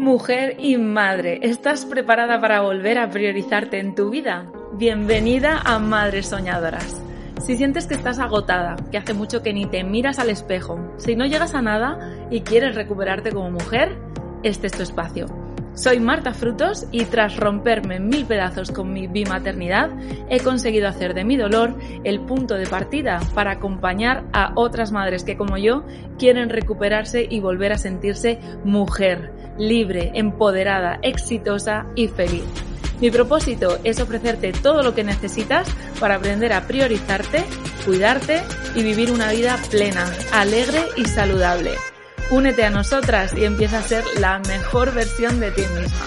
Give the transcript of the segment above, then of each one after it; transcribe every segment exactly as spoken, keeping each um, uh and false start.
Mujer y madre, ¿estás preparada para volver a priorizarte en tu vida? Bienvenida a Madres Soñadoras. Si sientes que estás agotada, que hace mucho que ni te miras al espejo, si no llegas a nada y quieres recuperarte como mujer, este es tu espacio. Soy Marta Frutos y tras romperme en mil pedazos con mi bimaternidad, he conseguido hacer de mi dolor el punto de partida para acompañar a otras madres que, como yo, quieren recuperarse y volver a sentirse mujer, libre, empoderada, exitosa y feliz. Mi propósito es ofrecerte todo lo que necesitas para aprender a priorizarte, cuidarte y vivir una vida plena, alegre y saludable. Únete a nosotras y empieza a ser la mejor versión de ti misma.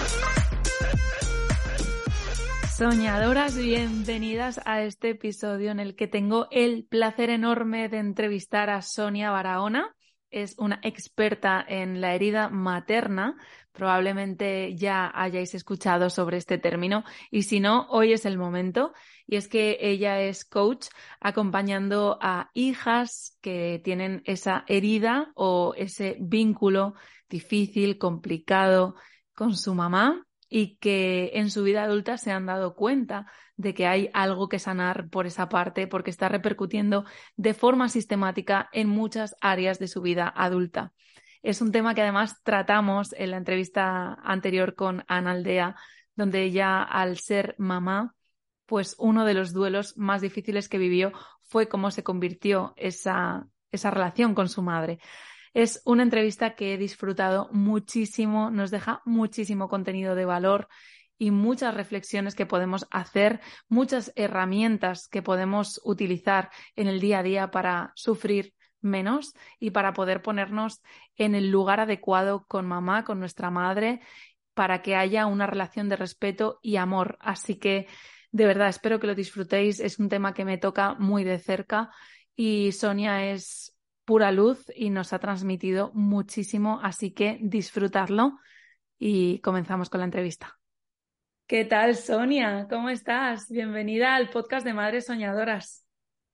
Soñadoras, bienvenidas a este episodio en el que tengo el placer enorme de entrevistar a Sonia Barahona. Es una experta en la herida materna. Probablemente ya hayáis escuchado sobre este término y si no, hoy es el momento. Y es que ella es coach acompañando a hijas que tienen esa herida o ese vínculo difícil, complicado con su mamá y que en su vida adulta se han dado cuenta de que hay algo que sanar por esa parte porque está repercutiendo de forma sistemática en muchas áreas de su vida adulta. Es un tema que además tratamos en la entrevista anterior con Ana Aldea, donde ella, al ser mamá, pues uno de los duelos más difíciles que vivió fue cómo se convirtió esa, esa relación con su madre. Es una entrevista que he disfrutado muchísimo, nos deja muchísimo contenido de valor y muchas reflexiones que podemos hacer, muchas herramientas que podemos utilizar en el día a día para sufrir menos y para poder ponernos en el lugar adecuado con mamá, con nuestra madre, para que haya una relación de respeto y amor. Así que de verdad espero que lo disfrutéis, es un tema que me toca muy de cerca y Sonia es pura luz y nos ha transmitido muchísimo, así que disfrutadlo y comenzamos con la entrevista. ¿Qué tal, Sonia? ¿Cómo estás? Bienvenida al podcast de Madres Soñadoras.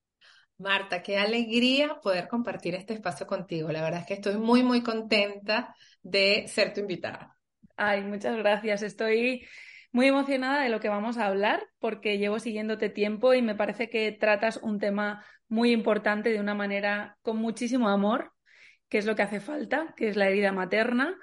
Marta, qué alegría poder compartir este espacio contigo. La verdad es que estoy muy, muy contenta de ser tu invitada. Ay, muchas gracias. Estoy muy emocionada de lo que vamos a hablar porque llevo siguiéndote tiempo y me parece que tratas un tema muy importante de una manera con muchísimo amor, que es lo que hace falta, que es la herida materna.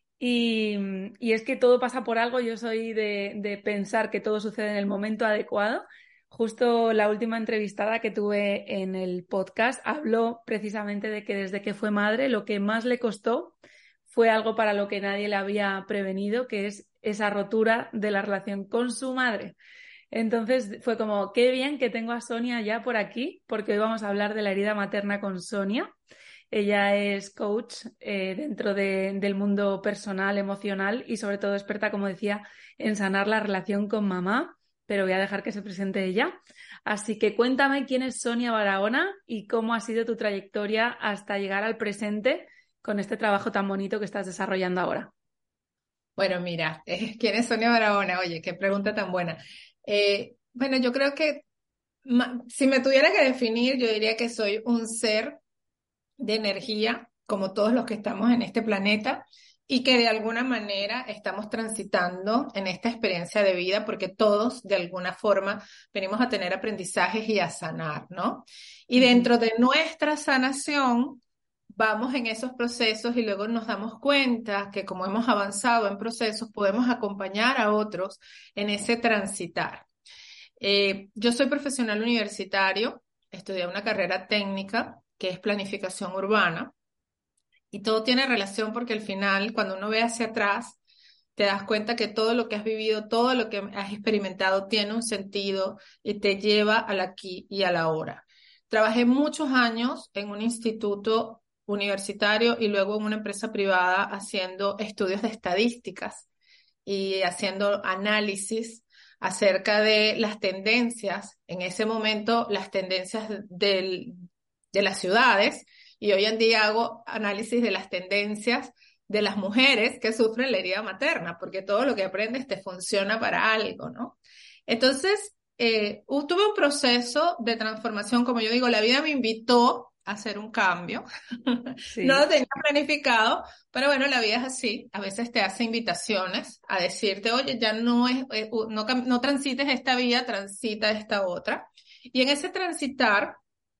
Y, y es que todo pasa por algo. Yo soy de, de pensar que todo sucede en el momento adecuado. Justo la última entrevistada que tuve en el podcast habló precisamente de que desde que fue madre lo que más le costó fue algo para lo que nadie le había prevenido, que es esa rotura de la relación con su madre. Entonces fue como, qué bien que tengo a Sonia ya por aquí, porque hoy vamos a hablar de la herida materna con Sonia. Ella es coach eh, dentro de, del mundo personal, emocional y sobre todo experta, como decía, en sanar la relación con mamá, pero voy a dejar que se presente ella. Así que cuéntame quién es Sonia Barahona y cómo ha sido tu trayectoria hasta llegar al presente con este trabajo tan bonito que estás desarrollando ahora. Bueno, mira, eh, ¿quién es Sonia Barahona? Oye, qué pregunta tan buena. Eh, bueno, yo creo que ma- si me tuviera que definir, yo diría que soy un ser de energía, como todos los que estamos en este planeta, y que de alguna manera estamos transitando en esta experiencia de vida, porque todos de alguna forma venimos a tener aprendizajes y a sanar, ¿no? Y Uh-huh. dentro de nuestra sanación, vamos en esos procesos y luego nos damos cuenta que como hemos avanzado en procesos, podemos acompañar a otros en ese transitar. Eh, yo soy profesional universitario, estudié una carrera técnica que es planificación urbana y todo tiene relación porque al final cuando uno ve hacia atrás te das cuenta que todo lo que has vivido, todo lo que has experimentado tiene un sentido y te lleva al aquí y a la ahora. Trabajé muchos años en un instituto universitario y luego en una empresa privada haciendo estudios de estadísticas y haciendo análisis acerca de las tendencias, en ese momento las tendencias del, de las ciudades, y hoy en día hago análisis de las tendencias de las mujeres que sufren la herida materna, porque todo lo que aprendes te funciona para algo, ¿no? Entonces, eh, tuve un proceso de transformación, como yo digo, la vida me invitó hacer un cambio. No lo Sí, tenía planificado, pero bueno, la vida es así. A veces te hace invitaciones a decirte, oye, ya no es, eh, u- no, cam- no transites esta vía, transita esta otra. Y en ese transitar,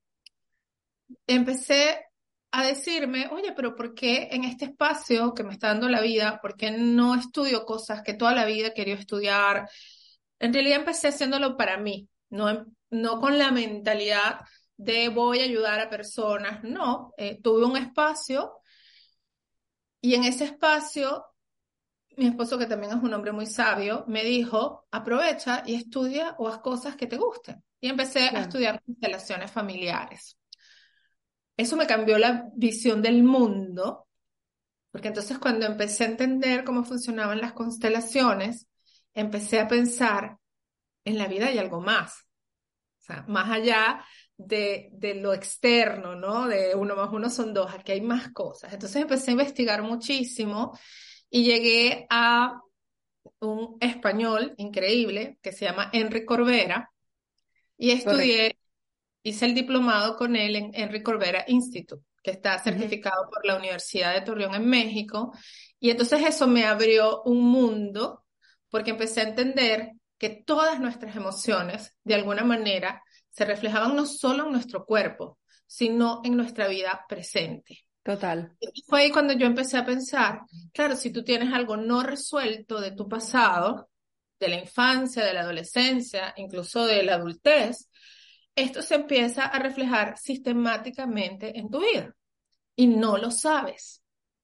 empecé a decirme, oye, pero ¿por qué en este espacio que me está dando la vida, por qué no estudio cosas que toda la vida he querido estudiar? En realidad empecé haciéndolo para mí, no, en- no con la mentalidad de voy a ayudar a personas, no, eh, tuve un espacio y en ese espacio mi esposo, que también es un hombre muy sabio, me dijo, aprovecha y estudia o haz cosas que te gusten. Y empecé a claro, estudiar constelaciones familiares. Eso me cambió la visión del mundo, porque entonces cuando empecé a entender cómo funcionaban las constelaciones, empecé a pensar, en la vida hay algo más. O sea, más allá de, de lo externo, ¿no? De uno más uno son dos, aquí hay más cosas. Entonces empecé a investigar muchísimo y llegué a un español increíble que se llama Enrique Corbera y correcto. estudié, hice el diplomado con él en Enrique Corbera Institute, que está Ujú. certificado por la Universidad de Torreón en México. Y entonces eso me abrió un mundo porque empecé a entender que todas nuestras emociones, de alguna manera, se reflejaban no solo en nuestro cuerpo, sino en nuestra vida presente. Total. Y fue ahí cuando yo empecé a pensar, claro, si tú tienes algo no resuelto de tu pasado, de la infancia, de la adolescencia, incluso de la adultez, esto se empieza a reflejar sistemáticamente en tu vida y no lo sabes.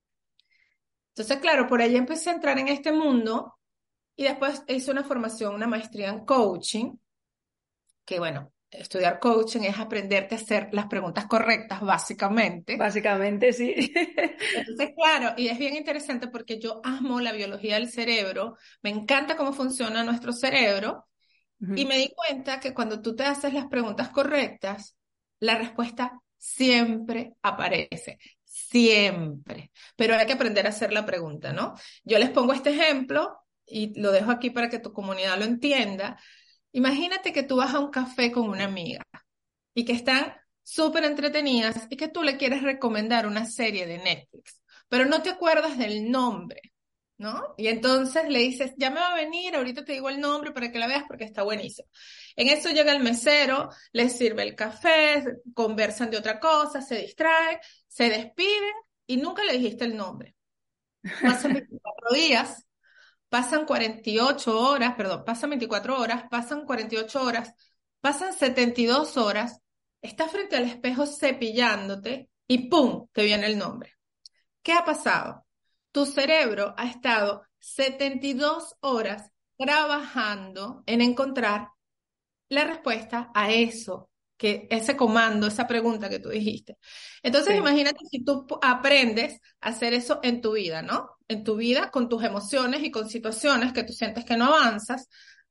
Entonces, claro, por ahí empecé a entrar en este mundo y después hice una formación, una maestría en coaching, que bueno, estudiar coaching es aprenderte a hacer las preguntas correctas, básicamente. Básicamente sí. Entonces, claro, y es bien interesante porque yo amo la biología del cerebro, me encanta cómo funciona nuestro cerebro y Ujú. me di cuenta que cuando tú te haces las preguntas correctas, la respuesta siempre aparece, siempre. Pero hay que aprender a hacer la pregunta, ¿no? Yo les pongo este ejemplo y lo dejo aquí para que tu comunidad lo entienda. Imagínate que tú vas a un café con una amiga y que están súper entretenidas y que tú le quieres recomendar una serie de Netflix, pero no te acuerdas del nombre, ¿no? Y entonces le dices, ya me va a venir, ahorita te digo el nombre para que la veas porque está buenísimo. En eso llega el mesero, les sirve el café, conversan de otra cosa, se distraen, se despiden y nunca le dijiste el nombre. Pasan veinticuatro días, pasan cuarenta y ocho horas, perdón, pasan veinticuatro horas, pasan cuarenta y ocho horas, pasan setenta y dos horas, estás frente al espejo cepillándote y ¡pum! Te viene el nombre. ¿Qué ha pasado? Tu cerebro ha estado setenta y dos horas trabajando en encontrar la respuesta a eso, que ese comando, esa pregunta que tú dijiste. Entonces, Sí. imagínate si tú p- aprendes a hacer eso en tu vida, ¿no? En tu vida, con tus emociones y con situaciones que tú sientes que no avanzas,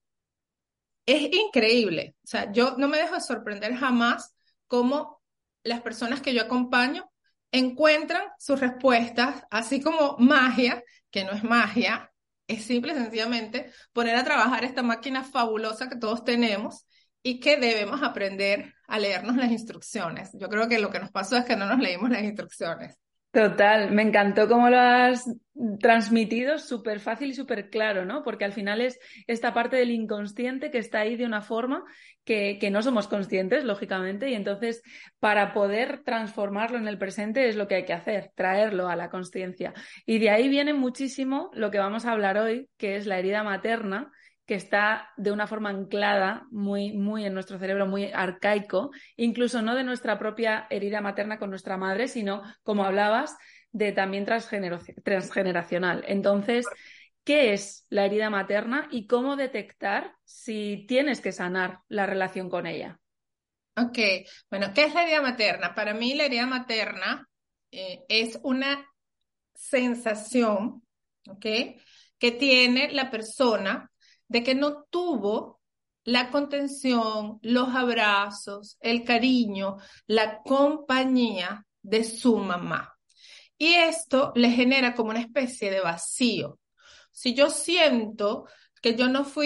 es increíble. O sea, yo no me dejo de sorprender jamás cómo las personas que yo acompaño encuentran sus respuestas, así como magia, que no es magia, es simple y sencillamente poner a trabajar esta máquina fabulosa que todos tenemos y que debemos aprender a leernos las instrucciones. Yo creo que lo que nos pasó es que no nos leímos las instrucciones. Total, me encantó cómo lo has transmitido, súper fácil y súper claro, ¿no? Porque al final es esta parte del inconsciente que está ahí de una forma que, que no somos conscientes, lógicamente, y entonces para poder transformarlo en el presente es lo que hay que hacer, traerlo a la consciencia. Y de ahí viene muchísimo lo que vamos a hablar hoy, que es la herida materna, que está de una forma anclada muy, muy en nuestro cerebro, muy arcaico, incluso no de nuestra propia herida materna con nuestra madre, sino, como hablabas, de también transgeneraci- transgeneracional. Entonces, ¿qué es la herida materna y cómo detectar si tienes que sanar la relación con ella? Ok, bueno, ¿qué es la herida materna? Para mí la herida materna eh, es una sensación, ¿ok? Que tiene la persona de que no tuvo la contención, los abrazos, el cariño, la compañía de su mamá. Y esto le genera como una especie de vacío. Si yo siento que yo no fui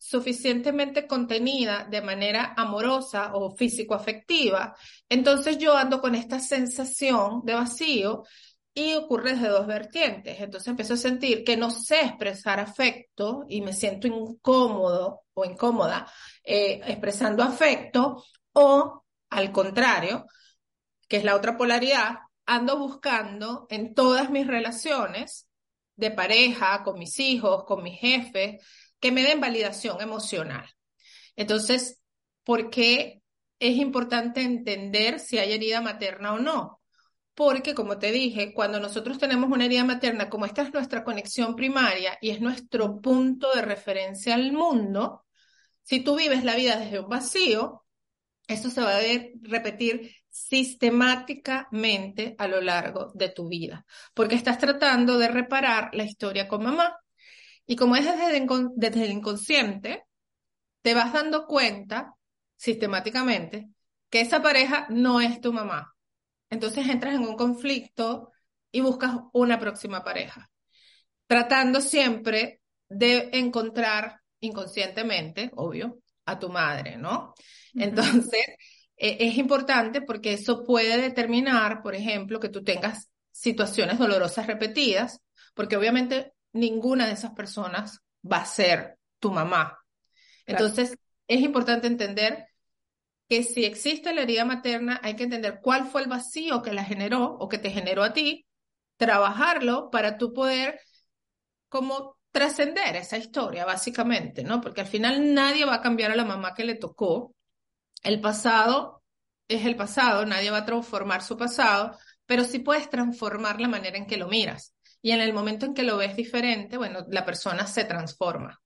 suficientemente contenida de manera amorosa o físico-afectiva, entonces yo ando con esta sensación de vacío y ocurre desde dos vertientes. Entonces empiezo a sentir que no sé expresar afecto y me siento incómodo o incómoda eh, expresando afecto, o al contrario, que es la otra polaridad, ando buscando en todas mis relaciones de pareja, con mis hijos, con mis jefes, que me den validación emocional. Entonces, ¿por qué es importante entender si hay herida materna o no? Porque, como te dije, cuando nosotros tenemos una herida materna, como esta es nuestra conexión primaria y es nuestro punto de referencia al mundo, si tú vives la vida desde un vacío, eso se va a ver, repetir sistemáticamente a lo largo de tu vida, porque estás tratando de reparar la historia con mamá. Y como es desde el, desde el inconsciente, te vas dando cuenta sistemáticamente que esa pareja no es tu mamá. Entonces entras en un conflicto y buscas una próxima pareja, tratando siempre de encontrar inconscientemente, obvio, a tu madre, ¿no? Uh-huh. Entonces, eh, es importante porque eso puede determinar, por ejemplo, que tú tengas situaciones dolorosas repetidas, porque obviamente ninguna de esas personas va a ser tu mamá. Entonces, claro, es importante entender que si existe la herida materna, hay que entender cuál fue el vacío que la generó o que te generó a ti, trabajarlo para tú poder como trascender esa historia, básicamente, ¿no? Porque al final nadie va a cambiar a la mamá que le tocó. El pasado es el pasado, nadie va a transformar su pasado, pero sí puedes transformar la manera en que lo miras. Y en el momento en que lo ves diferente, bueno, la persona se transforma.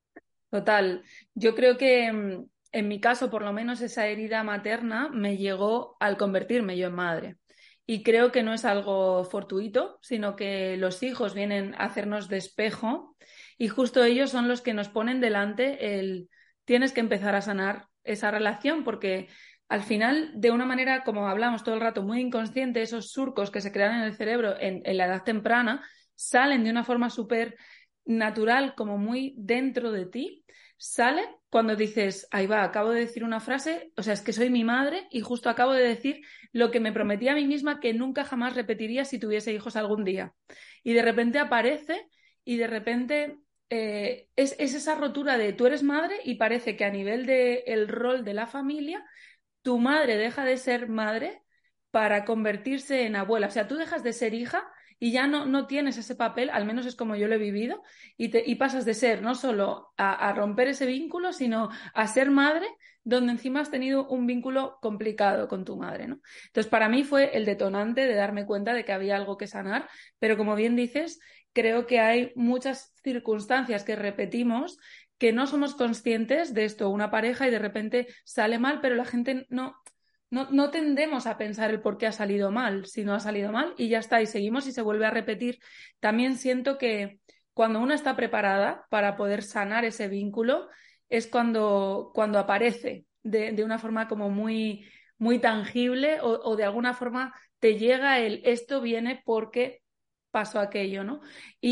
Total. Yo creo que en mi caso, por lo menos, esa herida materna me llegó al convertirme yo en madre. Y creo que no es algo fortuito, sino que los hijos vienen a hacernos de espejo y justo ellos son los que nos ponen delante el tienes que empezar a sanar esa relación, porque al final, de una manera, como hablamos todo el rato, muy inconsciente, esos surcos que se crean en el cerebro en, en la edad temprana salen de una forma súper natural, como muy dentro de ti. Sale cuando dices, ahí va, acabo de decir una frase, o sea, es que soy mi madre y justo acabo de decir lo que me prometí a mí misma que nunca jamás repetiría si tuviese hijos algún día. Y de repente aparece y de repente eh, es, es esa rotura de tú eres madre y parece que a nivel del rol de la familia, tu madre deja de ser madre para convertirse en abuela. O sea, tú dejas de ser hija y ya no, no tienes ese papel, al menos es como yo lo he vivido, y, te, y pasas de ser no solo a, a romper ese vínculo, sino a ser madre, donde encima has tenido un vínculo complicado con tu madre, ¿no? Entonces, para mí fue el detonante de darme cuenta de que había algo que sanar, pero como bien dices, creo que hay muchas circunstancias que repetimos que no somos conscientes de esto, una pareja y de repente sale mal, pero la gente no... No, no tendemos a pensar el por qué ha salido mal, si no ha salido mal y ya está, y seguimos y se vuelve a repetir. También siento que cuando una está preparada para poder sanar ese vínculo es cuando, cuando aparece de, de una forma como muy, muy tangible o, o de alguna forma te llega el esto viene porque pasó aquello, ¿no?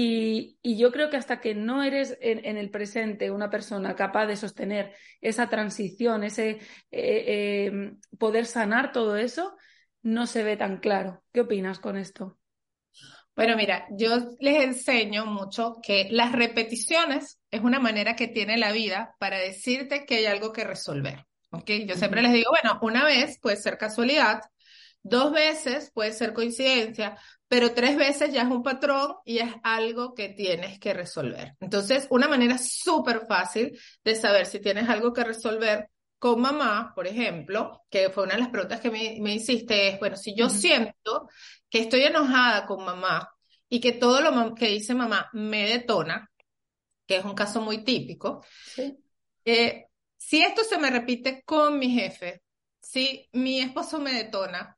Y, y yo creo que hasta que no eres en, en el presente una persona capaz de sostener esa transición, ese eh, eh, poder sanar todo eso, no se ve tan claro. ¿Qué opinas con esto? Bueno, mira, yo les enseño mucho que las repeticiones es una manera que tiene la vida para decirte que hay algo que resolver, ¿ok? Yo siempre les digo, bueno, una vez puede ser casualidad, dos veces puede ser coincidencia, pero tres veces ya es un patrón y es algo que tienes que resolver. Entonces, una manera súper fácil de saber si tienes algo que resolver con mamá, por ejemplo, que fue una de las preguntas que me, me hiciste, es, bueno, si yo uh-huh. siento que estoy enojada con mamá y que todo lo que dice mamá me detona, que es un caso muy típico, sí. eh, si esto se me repite con mi jefe, si mi esposo me detona,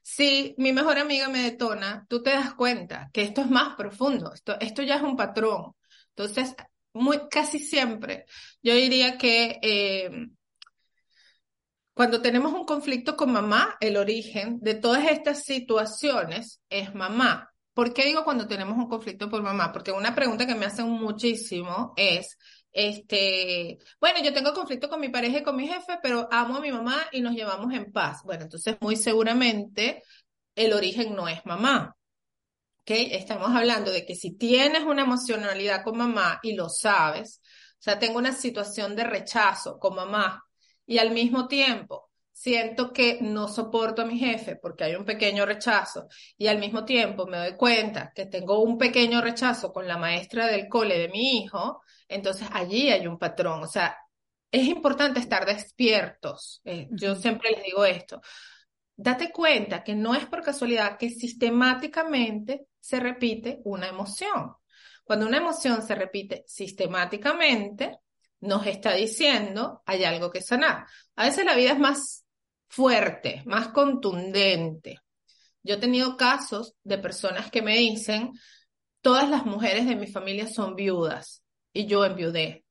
si mi mejor amiga me detona, tú te das cuenta que esto es más profundo, esto, esto ya es un patrón. Entonces, muy, casi siempre, yo diría que eh, cuando tenemos un conflicto con mamá, el origen de todas estas situaciones es mamá. ¿Por qué digo cuando tenemos un conflicto por mamá? Porque una pregunta que me hacen muchísimo es, Este, bueno, yo tengo conflicto con mi pareja y con mi jefe, pero amo a mi mamá y nos llevamos en paz. Bueno, entonces muy seguramente el origen no es mamá. ¿Ok? Estamos hablando de que si tienes una emocionalidad con mamá y lo sabes, o sea, tengo una situación de rechazo con mamá y al mismo tiempo siento que no soporto a mi jefe porque hay un pequeño rechazo y al mismo tiempo me doy cuenta que tengo un pequeño rechazo con la maestra del cole de mi hijo, entonces allí hay un patrón. O sea, es importante estar despiertos. Eh, yo Ujú. siempre les digo esto. Date cuenta que no es por casualidad que sistemáticamente se repite una emoción. Cuando una emoción se repite sistemáticamente, nos está diciendo hay algo que sanar. A veces la vida es más fuerte, más contundente. Yo he tenido casos de personas que me dicen, todas las mujeres de mi familia son viudas y yo enviudé.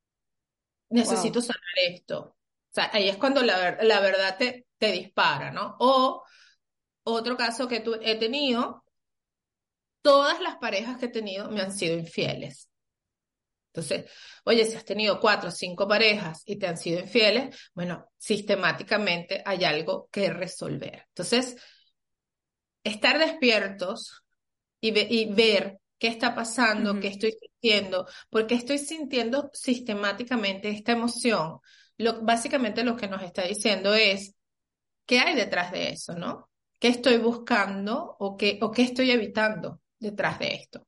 Necesito Wow. sanar esto. O sea, ahí es cuando la, ver- la verdad te, te dispara, ¿no? O otro caso que tu- he tenido, todas las parejas que he tenido me han sido infieles. Entonces, oye, si has tenido cuatro o cinco parejas y te han sido infieles, bueno, sistemáticamente hay algo que resolver. Entonces, estar despiertos y, ve- y ver qué está pasando, qué estoy sintiendo, porque estoy sintiendo sistemáticamente esta emoción. Lo, básicamente lo que nos está diciendo es qué hay detrás de eso, ¿no? ¿Qué estoy buscando o qué, o qué estoy evitando detrás de esto?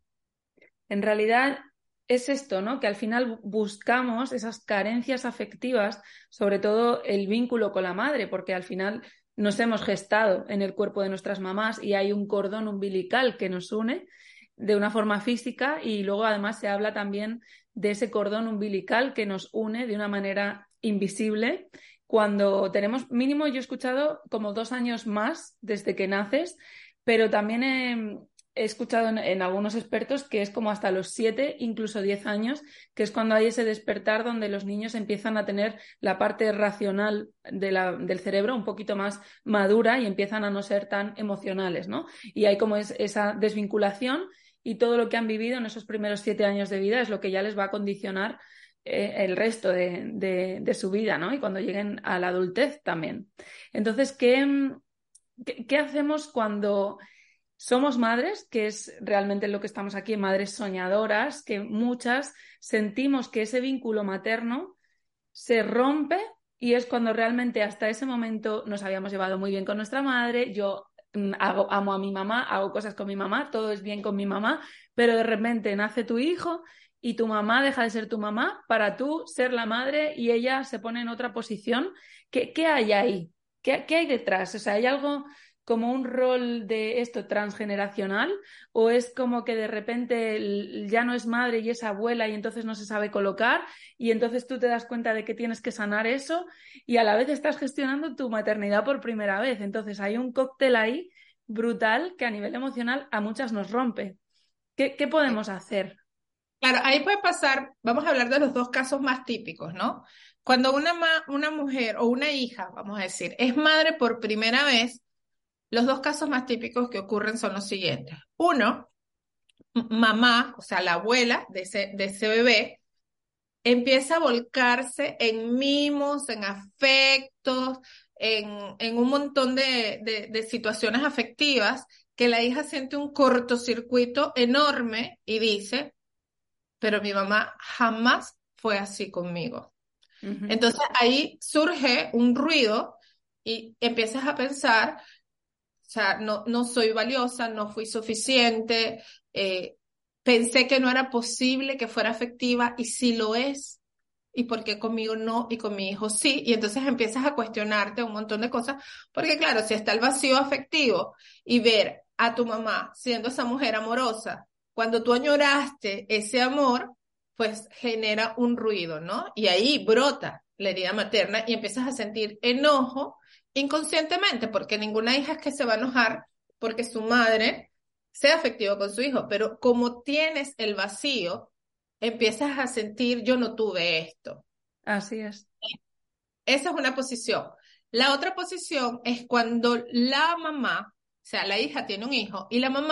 En realidad es esto, ¿no? Que al final buscamos esas carencias afectivas, sobre todo el vínculo con la madre, porque al final nos hemos gestado en el cuerpo de nuestras mamás y hay un cordón umbilical que nos une de una forma física y luego además se habla también de ese cordón umbilical que nos une de una manera invisible. Cuando tenemos mínimo, yo he escuchado como dos años más desde que naces, pero también he, he escuchado en, en algunos expertos que es como hasta los siete, incluso diez años, que es cuando hay ese despertar donde los niños empiezan a tener la parte racional de la, del cerebro un poquito más madura y empiezan a no ser tan emocionales, ¿no? Y hay como es, esa desvinculación y todo lo que han vivido en esos primeros siete años de vida es lo que ya les va a condicionar eh, el resto de, de, de, su vida, ¿no? Y cuando lleguen a la adultez también. Entonces, ¿qué, qué, qué hacemos cuando somos madres, que es realmente lo que estamos aquí, madres soñadoras, que muchas sentimos que ese vínculo materno se rompe y es cuando realmente hasta ese momento nos habíamos llevado muy bien con nuestra madre, yo mm, hago, amo a mi mamá, hago cosas con mi mamá, todo es bien con mi mamá, pero de repente nace tu hijo y tu mamá deja de ser tu mamá para tú ser la madre y ella se pone en otra posición. ¿Qué, qué hay ahí? ¿Qué, qué hay detrás? O sea, ¿hay algo como un rol de esto transgeneracional o es como que de repente ya no es madre y es abuela y entonces no se sabe colocar y entonces tú te das cuenta de que tienes que sanar eso y a la vez estás gestionando tu maternidad por primera vez? Entonces hay un cóctel ahí brutal que a nivel emocional a muchas nos rompe. ¿Qué, qué podemos hacer? Claro, ahí puede pasar, vamos a hablar de los dos casos más típicos, ¿no? Cuando una, ma- una mujer o una hija, vamos a decir, es madre por primera vez, los dos casos más típicos que ocurren son los siguientes. Uno, m- mamá, o sea, la abuela de ese, de ese bebé, empieza a volcarse en mimos, en afectos, en, en un montón de, de, de situaciones afectivas que la hija siente un cortocircuito enorme y dice, pero mi mamá jamás fue así conmigo. Ujú. Entonces ahí surge un ruido y empiezas a pensar, o sea, no, no soy valiosa, no fui suficiente, eh, pensé que no era posible que fuera afectiva y sí lo es. ¿Y por qué conmigo no y con mi hijo sí? Y entonces empiezas a cuestionarte un montón de cosas, porque claro, si está el vacío afectivo y ver a tu mamá siendo esa mujer amorosa, cuando tú añoraste ese amor, pues genera un ruido, ¿no? Y ahí brota la herida materna y empiezas a sentir enojo inconscientemente, porque ninguna hija es que se va a enojar porque su madre sea afectiva con su hijo, pero como tienes el vacío, empiezas a sentir, yo no tuve esto. Así es. Esa es una posición. La otra posición es cuando la mamá, o sea, la hija tiene un hijo y la mamá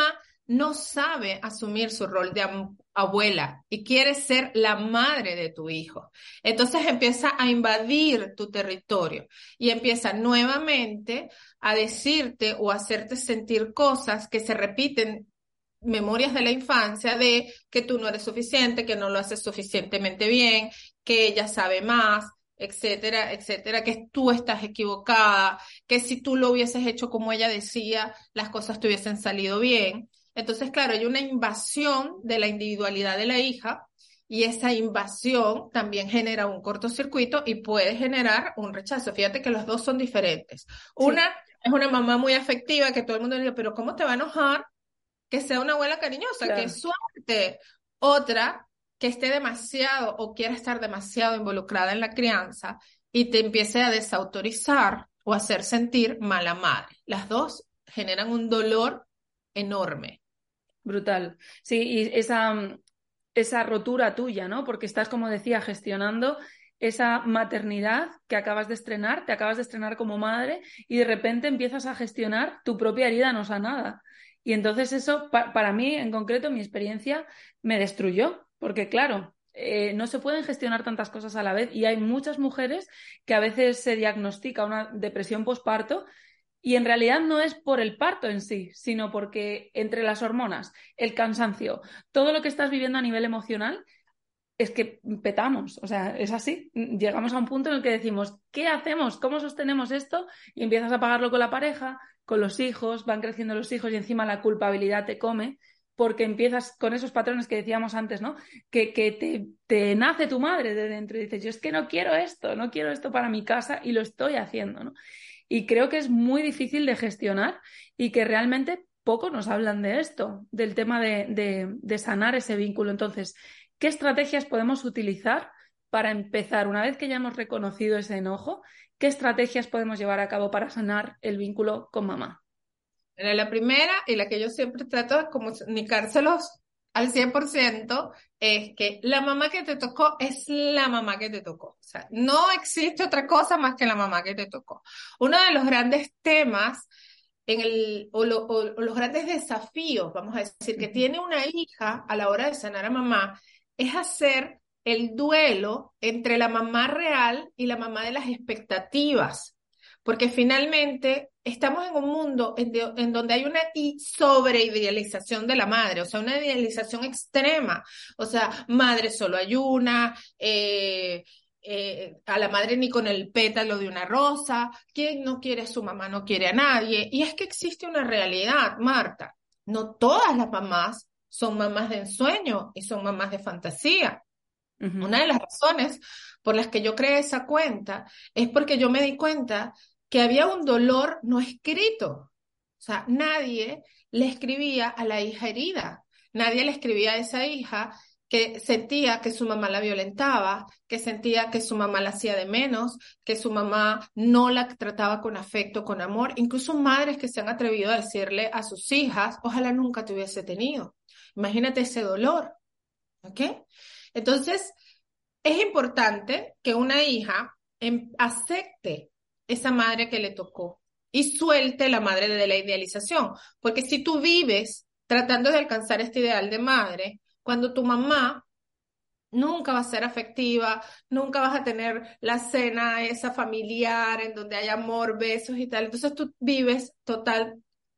no sabe asumir su rol de am- abuela y quiere ser la madre de tu hijo. Entonces empieza a invadir tu territorio y empieza nuevamente a decirte o a hacerte sentir cosas que se repiten, memorias de la infancia de que tú no eres suficiente, que no lo haces suficientemente bien, que ella sabe más, etcétera, etcétera, que tú estás equivocada, que si tú lo hubieses hecho como ella decía, las cosas te hubiesen salido bien. Entonces, claro, hay una invasión de la individualidad de la hija y esa invasión también genera un cortocircuito y puede generar un rechazo. Fíjate que los dos son diferentes. Una Sí, es una mamá muy afectiva que todo el mundo dice, pero ¿cómo te va a enojar que sea una abuela cariñosa? ¡Qué claro. suerte! Otra, que esté demasiado o quiera estar demasiado involucrada en la crianza y te empiece a desautorizar o hacer sentir mala madre. Las dos generan un dolor enorme. Brutal. Sí, y esa, mm, esa rotura tuya, ¿no? Porque estás, como decía, gestionando esa maternidad que acabas de estrenar, te acabas de estrenar como madre y de repente empiezas a gestionar tu propia herida no sanada. Y entonces eso, pa- para mí, en concreto, mi experiencia me destruyó, porque claro, eh, no se pueden gestionar tantas cosas a la vez y hay muchas mujeres que a veces se diagnostica una depresión postparto y en realidad no es por el parto en sí, sino porque entre las hormonas, el cansancio, todo lo que estás viviendo a nivel emocional, es que petamos, o sea, es así. Llegamos a un punto en el que decimos, ¿qué hacemos? ¿Cómo sostenemos esto? Y empiezas a pagarlo con la pareja, con los hijos, van creciendo los hijos y encima la culpabilidad te come, porque empiezas con esos patrones que decíamos antes, ¿no? Que, que te, te nace tu madre de dentro y dices, yo es que no quiero esto, no quiero esto para mi casa y lo estoy haciendo, ¿no? Y creo que es muy difícil de gestionar y que realmente poco nos hablan de esto, del tema de, de, de sanar ese vínculo. Entonces, ¿qué estrategias podemos utilizar para empezar, una vez que ya hemos reconocido ese enojo, qué estrategias podemos llevar a cabo para sanar el vínculo con mamá? Pero la primera y la que yo siempre trato de comunicárselos al cien por ciento es que la mamá que te tocó es la mamá que te tocó. O sea, no existe otra cosa más que la mamá que te tocó. Uno de los grandes temas en el, o, lo- o- o los grandes desafíos, vamos a decir, que tiene una hija a la hora de sanar a mamá, es hacer el duelo entre la mamá real y la mamá de las expectativas. Porque finalmente estamos en un mundo en, de- en donde hay una i- sobreidealización de la madre, o sea, una idealización extrema. O sea, madre solo hay una, eh, eh, a la madre ni con el pétalo de una rosa, quien no quiere a su mamá no quiere a nadie. Y es que existe una realidad, Marta. No todas las mamás son mamás de ensueño y son mamás de fantasía. Ujú. Una de las razones por las que yo creé esa cuenta es porque yo me di cuenta que había un dolor no escrito. O sea, nadie le escribía a la hija herida, nadie le escribía a esa hija que sentía que su mamá la violentaba, que sentía que su mamá la hacía de menos, que su mamá no la trataba con afecto, con amor. Incluso madres que se han atrevido a decirle a sus hijas, ojalá nunca te hubiese tenido. Imagínate ese dolor, ¿ok? Entonces, es importante que una hija em- acepte esa madre que le tocó y suelte la madre de la idealización, porque si tú vives tratando de alcanzar este ideal de madre, cuando tu mamá nunca va a ser afectiva, nunca vas a tener la cena esa familiar en donde hay amor, besos y tal, entonces tú vives total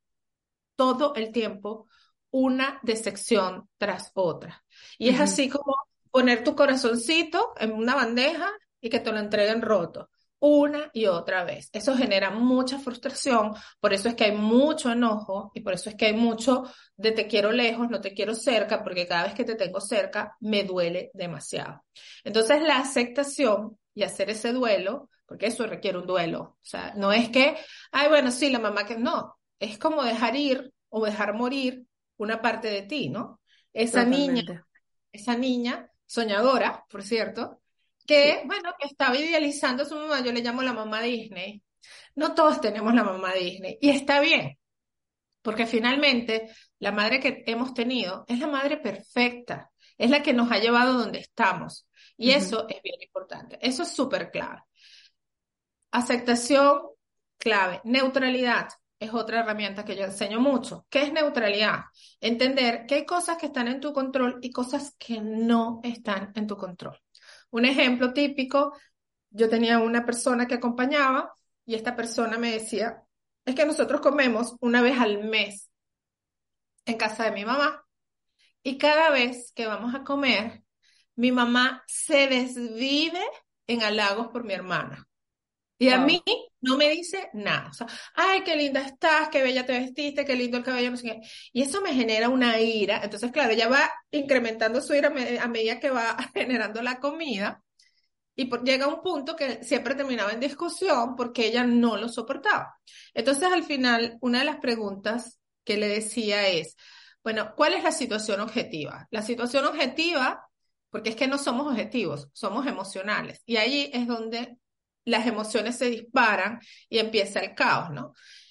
todo el tiempo una decepción tras otra. Y es Ujú. así como poner tu corazoncito en una bandeja y que te lo entreguen roto una y otra vez. Eso genera mucha frustración, por eso es que hay mucho enojo y por eso es que hay mucho de te quiero lejos, no te quiero cerca, porque cada vez que te tengo cerca me duele demasiado. Entonces la aceptación y hacer ese duelo, porque eso requiere un duelo, o sea, no es que, ay, bueno, sí, la mamá que no, es como dejar ir o dejar morir una parte de ti, ¿no? Esa niña, Totalmente. esa niña soñadora, por cierto, que, Sí. bueno, que estaba idealizando a su mamá, yo le llamo la mamá Disney. No todos tenemos la mamá Disney, y está bien, porque finalmente la madre que hemos tenido es la madre perfecta, es la que nos ha llevado donde estamos, y Ujú. eso es bien importante, eso es súper clave. Aceptación, clave. Neutralidad. es otra herramienta que yo enseño mucho. ¿Qué es neutralidad? Entender que hay cosas que están en tu control y cosas que no están en tu control. Un ejemplo típico, yo tenía una persona que acompañaba y esta persona me decía, es que nosotros comemos una vez al mes en casa de mi mamá y cada vez que vamos a comer, mi mamá se desvive en halagos por mi hermana. Y a mí Wow. no me dice nada. O sea, ay, qué linda estás, qué bella te vestiste, qué lindo el cabello, no sé qué. Y eso me genera una ira. Entonces, claro, ella va incrementando su ira a me- a medida que va generando la comida. Y por- llega un punto que siempre terminaba en discusión porque ella no lo soportaba. Entonces, al final, una de las preguntas que le decía es, bueno, ¿cuál es la situación objetiva? La situación objetiva, porque es que no somos objetivos, somos emocionales. Y ahí es donde las emociones se disparan y empieza el caos, ¿no?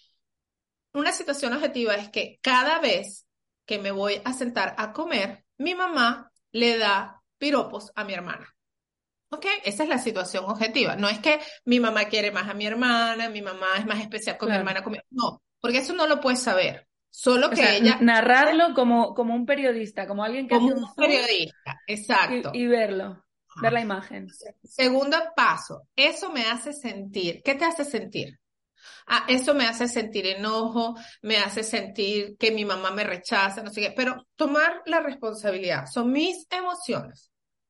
Una situación objetiva es que cada vez que me voy a sentar a comer, mi mamá le da piropos a mi hermana. ¿Ok? Esa es la situación objetiva. No es que mi mamá quiere más a mi hermana, mi mamá es más especial con mi Claro. hermana. Con mi- No, porque eso no lo puedes saber. Solo O que sea, n- ella, narrarlo como, como un periodista, como alguien que como hace un un zoom periodista, y, exacto. y verlo, ver Ajá. la imagen. Segundo paso, eso me hace sentir. ¿Qué te hace sentir? Ah, eso me hace sentir enojo, me hace sentir que mi mamá me rechaza, no sé qué, pero tomar la responsabilidad. Son mis emociones.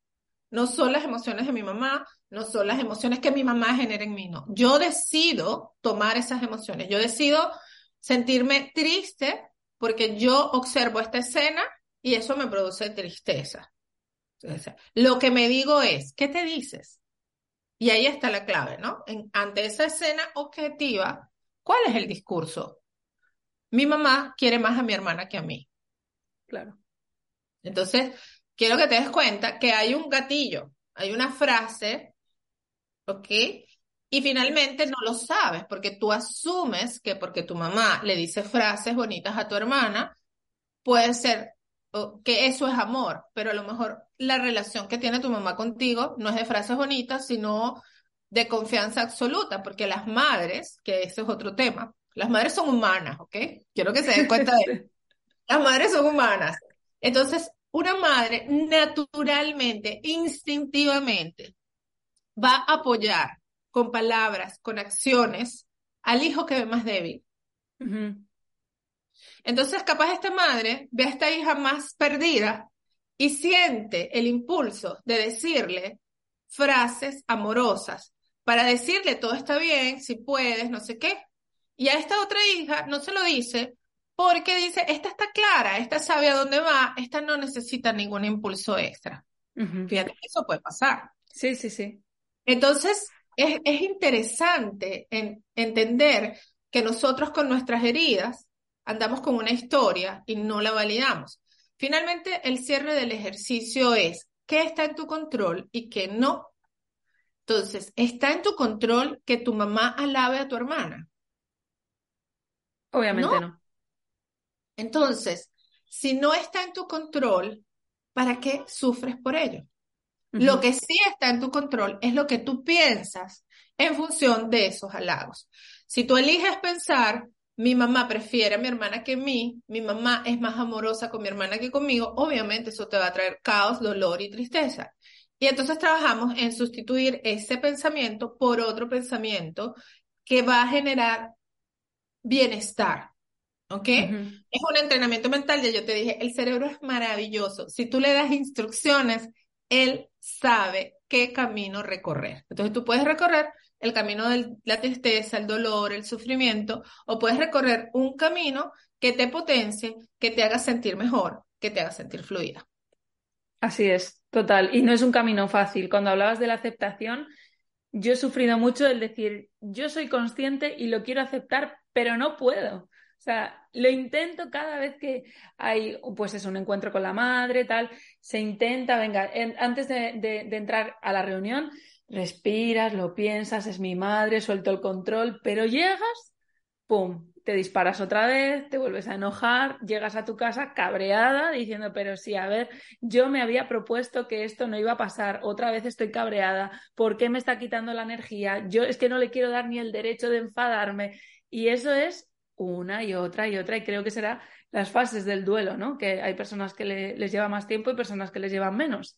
No son las emociones de mi mamá, no son las emociones que mi mamá genera en mí, no. Yo decido tomar esas emociones. Yo decido sentirme triste porque yo observo esta escena y eso me produce tristeza. Entonces, lo que me digo es, ¿qué te dices? Y ahí está la clave, ¿no? En- ante esa escena objetiva, ¿cuál es el discurso? Mi mamá quiere más a mi hermana que a mí. Claro. Entonces, quiero que te des cuenta que hay un gatillo, hay una frase. ¿Ok? Y Sí. finalmente no lo sabes porque tú asumes que porque tu mamá le dice frases bonitas a tu hermana, puede ser o, que eso es amor, pero a lo mejor la relación que tiene tu mamá contigo no es de frases bonitas, sino de confianza absoluta, porque las madres, que ese es otro tema, las madres son humanas, ¿ok? Quiero que se den cuenta de eso. Sí. Las madres son humanas. Entonces, una madre naturalmente, instintivamente, va a apoyar con palabras, con acciones al hijo que ve más débil. Ujú. Entonces, capaz esta madre ve a esta hija más perdida y siente el impulso de decirle frases amorosas para decirle todo está bien, si puedes, no sé qué. Y a esta otra hija no se lo dice porque dice, esta está clara, esta sabe a dónde va, esta no necesita ningún impulso extra. Ujú. Fíjate, eso puede pasar. Sí, sí, sí. Entonces, es, es interesante en- entender que nosotros con nuestras heridas andamos con una historia y no la validamos. Finalmente, el cierre del ejercicio es qué está en tu control y qué no. Entonces, ¿está en tu control que tu mamá alabe a tu hermana? Obviamente No. no. Entonces, si no está en tu control, ¿para qué sufres por ello? Lo Ujú. que sí está en tu control es lo que tú piensas en función de esos halagos. Si tú eliges pensar, mi mamá prefiere a mi hermana que a mí, mi mamá es más amorosa con mi hermana que conmigo, obviamente eso te va a traer caos, dolor y tristeza. Y entonces trabajamos en sustituir ese pensamiento por otro pensamiento que va a generar bienestar. ¿Ok? Ujú. Es un entrenamiento mental, ya yo te dije, el cerebro es maravilloso. Si tú le das instrucciones, él sabe qué camino recorrer. Entonces tú puedes recorrer el camino de la tristeza, el dolor, el sufrimiento, o puedes recorrer un camino que te potencie, que te haga sentir mejor, que te haga sentir fluida. Así es, total. Y no es un camino fácil. Cuando hablabas de la aceptación, yo he sufrido mucho el decir, yo soy consciente y lo quiero aceptar, pero no puedo. O sea, lo intento cada vez que hay, pues es un encuentro con la madre, tal, se intenta, venga, en- antes de, de- de entrar a la reunión, respiras, lo piensas, es mi madre, suelto el control, pero llegas, ¡pum! Te disparas otra vez, te vuelves a enojar, llegas a tu casa cabreada diciendo, pero sí, a ver, yo me había propuesto que esto no iba a pasar, otra vez estoy cabreada, ¿por qué me está quitando la energía? Yo es que no le quiero dar ni el derecho de enfadarme. Y eso es una y otra y otra, y creo que será las fases del duelo, ¿no? Que hay personas que le, les lleva más tiempo y personas que les llevan menos.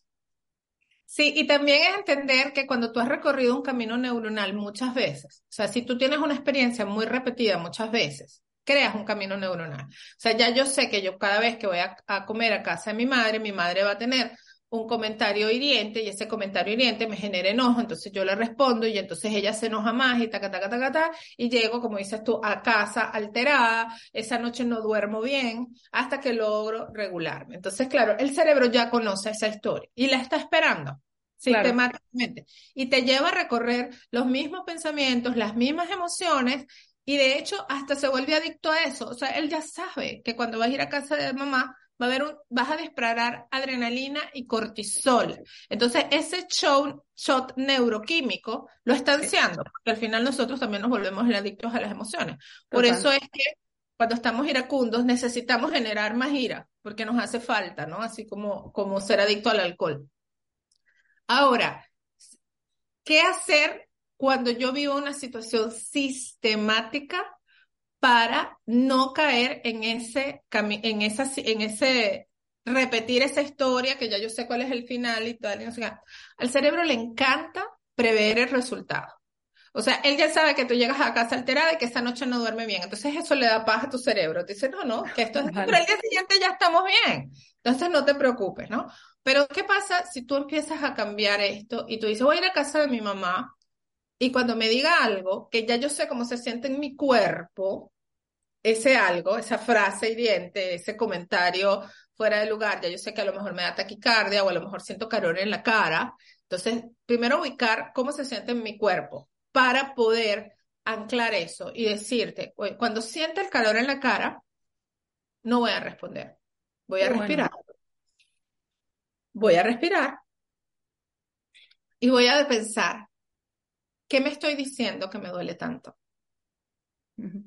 Sí, y también es entender que cuando tú has recorrido un camino neuronal muchas veces, o sea, si tú tienes una experiencia muy repetida muchas veces, creas un camino neuronal. O sea, ya yo sé que yo cada vez que voy a, a comer a casa de mi madre, mi madre va a tener un comentario hiriente y ese comentario hiriente me genera enojo, entonces yo le respondo y entonces ella se enoja más y taca, taca, taca, taca, y llego, como dices tú, a casa alterada, esa noche no duermo bien hasta que logro regularme. Entonces, claro, el cerebro ya conoce esa historia y la está esperando Claro, sistemáticamente y te lleva a recorrer los mismos pensamientos, las mismas emociones y de hecho hasta se vuelve adicto a eso. O sea, él ya sabe que cuando vas a ir a casa de mamá va a haber un, vas a disparar adrenalina y cortisol. Entonces, ese show, shot neuroquímico lo está sí, ansiando, porque al final nosotros también nos volvemos adictos a las emociones. Por total. eso es que cuando estamos iracundos necesitamos generar más ira, porque nos hace falta, ¿no? Así como, como ser adicto al alcohol. Ahora, ¿qué hacer cuando yo vivo una situación sistemática para no caer en ese, en esa, en ese, repetir esa historia que ya yo sé cuál es el final y tal? Y no sé qué? Al cerebro le encanta prever el resultado. O sea, él ya sabe que tú llegas a casa alterada y que esa noche no duerme bien. Entonces eso le da paz a tu cerebro. Te dice, no, no, que esto es así, pero Vale. al día siguiente ya estamos bien. Entonces no te preocupes, ¿no? Pero ¿qué pasa si tú empiezas a cambiar esto y tú dices, voy a ir a casa de mi mamá y cuando me diga algo, que ya yo sé cómo se siente en mi cuerpo, ese algo, esa frase hiriente, ese comentario fuera de lugar, ya yo sé que a lo mejor me da taquicardia o a lo mejor siento calor en la cara. Entonces, primero ubicar cómo se siente en mi cuerpo para poder anclar eso y decirte, "Oye, cuando siente el calor en la cara, no voy a responder, voy a Qué bueno. respirar, voy a respirar y voy a pensar, ¿qué me estoy diciendo que me duele tanto? Ujú.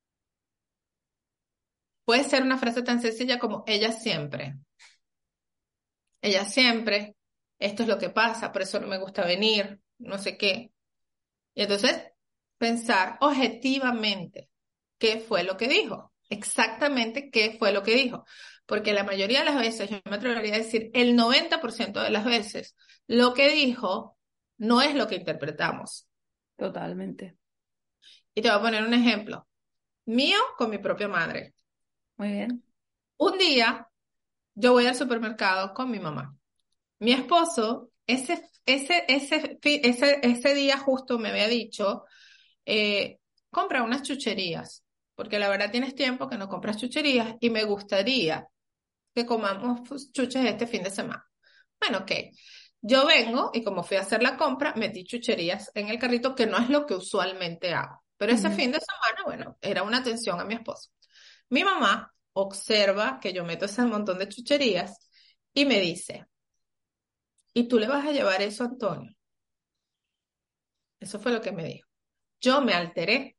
Puede ser una frase tan sencilla como ella siempre. Ella siempre, esto es lo que pasa, por eso no me gusta venir, no sé qué. Y entonces, pensar objetivamente qué fue lo que dijo, exactamente qué fue lo que dijo. Porque la mayoría de las veces, yo me atrevería a decir, el noventa por ciento de las veces, lo que dijo no es lo que interpretamos. Totalmente. Y te voy a poner un ejemplo mío con mi propia madre. Muy bien. Un día, yo voy al supermercado con mi mamá. Mi esposo, ese, ese, ese, fi- ese, ese día justo me había dicho, eh, compra unas chucherías, porque la verdad tienes tiempo que no compras chucherías y me gustaría que comamos pues, chuches este fin de semana. Bueno, ok. Yo vengo y como fui a hacer la compra, metí chucherías en el carrito, que no es lo que usualmente hago. Pero ese Ujú. fin de semana, bueno, era una atención a mi esposo. Mi mamá observa que yo meto ese montón de chucherías y me dice, ¿y tú le vas a llevar eso a Antonio? Eso fue lo que me dijo. Yo me alteré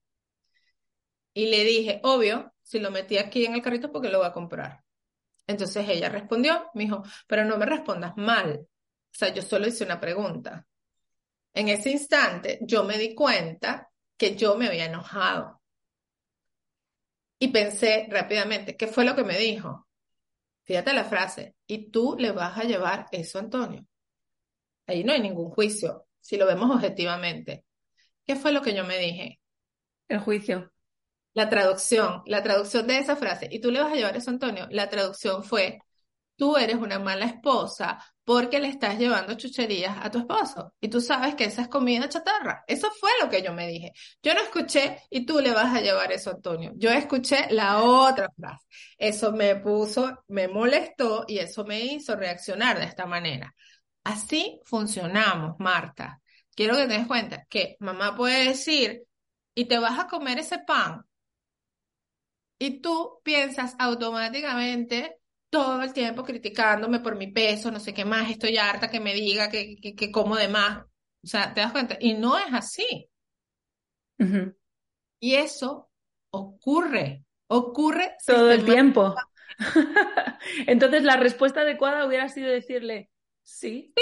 y le dije, obvio, si lo metí aquí en el carrito es porque lo va a comprar. Entonces ella respondió, me dijo, pero no me respondas mal. O sea, yo solo hice una pregunta. En ese instante yo me di cuenta que yo me había enojado y pensé rápidamente, ¿qué fue lo que me dijo? Fíjate la frase, y tú le vas a llevar eso a Antonio. Ahí no hay ningún juicio, si lo vemos objetivamente. ¿Qué fue lo que yo me dije? El juicio. La traducción, la traducción de esa frase, y tú le vas a llevar eso a Antonio, la traducción fue, tú eres una mala esposa porque le estás llevando chucherías a tu esposo y tú sabes que esa es comida chatarra. Eso fue lo que yo me dije. Yo no escuché y tú le vas a llevar eso a Antonio. Yo escuché la otra frase. Eso me puso, me molestó y eso me hizo reaccionar de esta manera. Así funcionamos, Marta. Quiero que te des cuenta que mamá puede decir, y te vas a comer ese pan. Y tú piensas automáticamente todo el tiempo criticándome por mi peso, no sé qué más, estoy harta que me diga que, que, que como de más. O sea, ¿te das cuenta? Y no es así. Ujú. Y eso ocurre, ocurre Todo el sistemáticamente. tiempo. Entonces la respuesta adecuada hubiera sido decirle sí,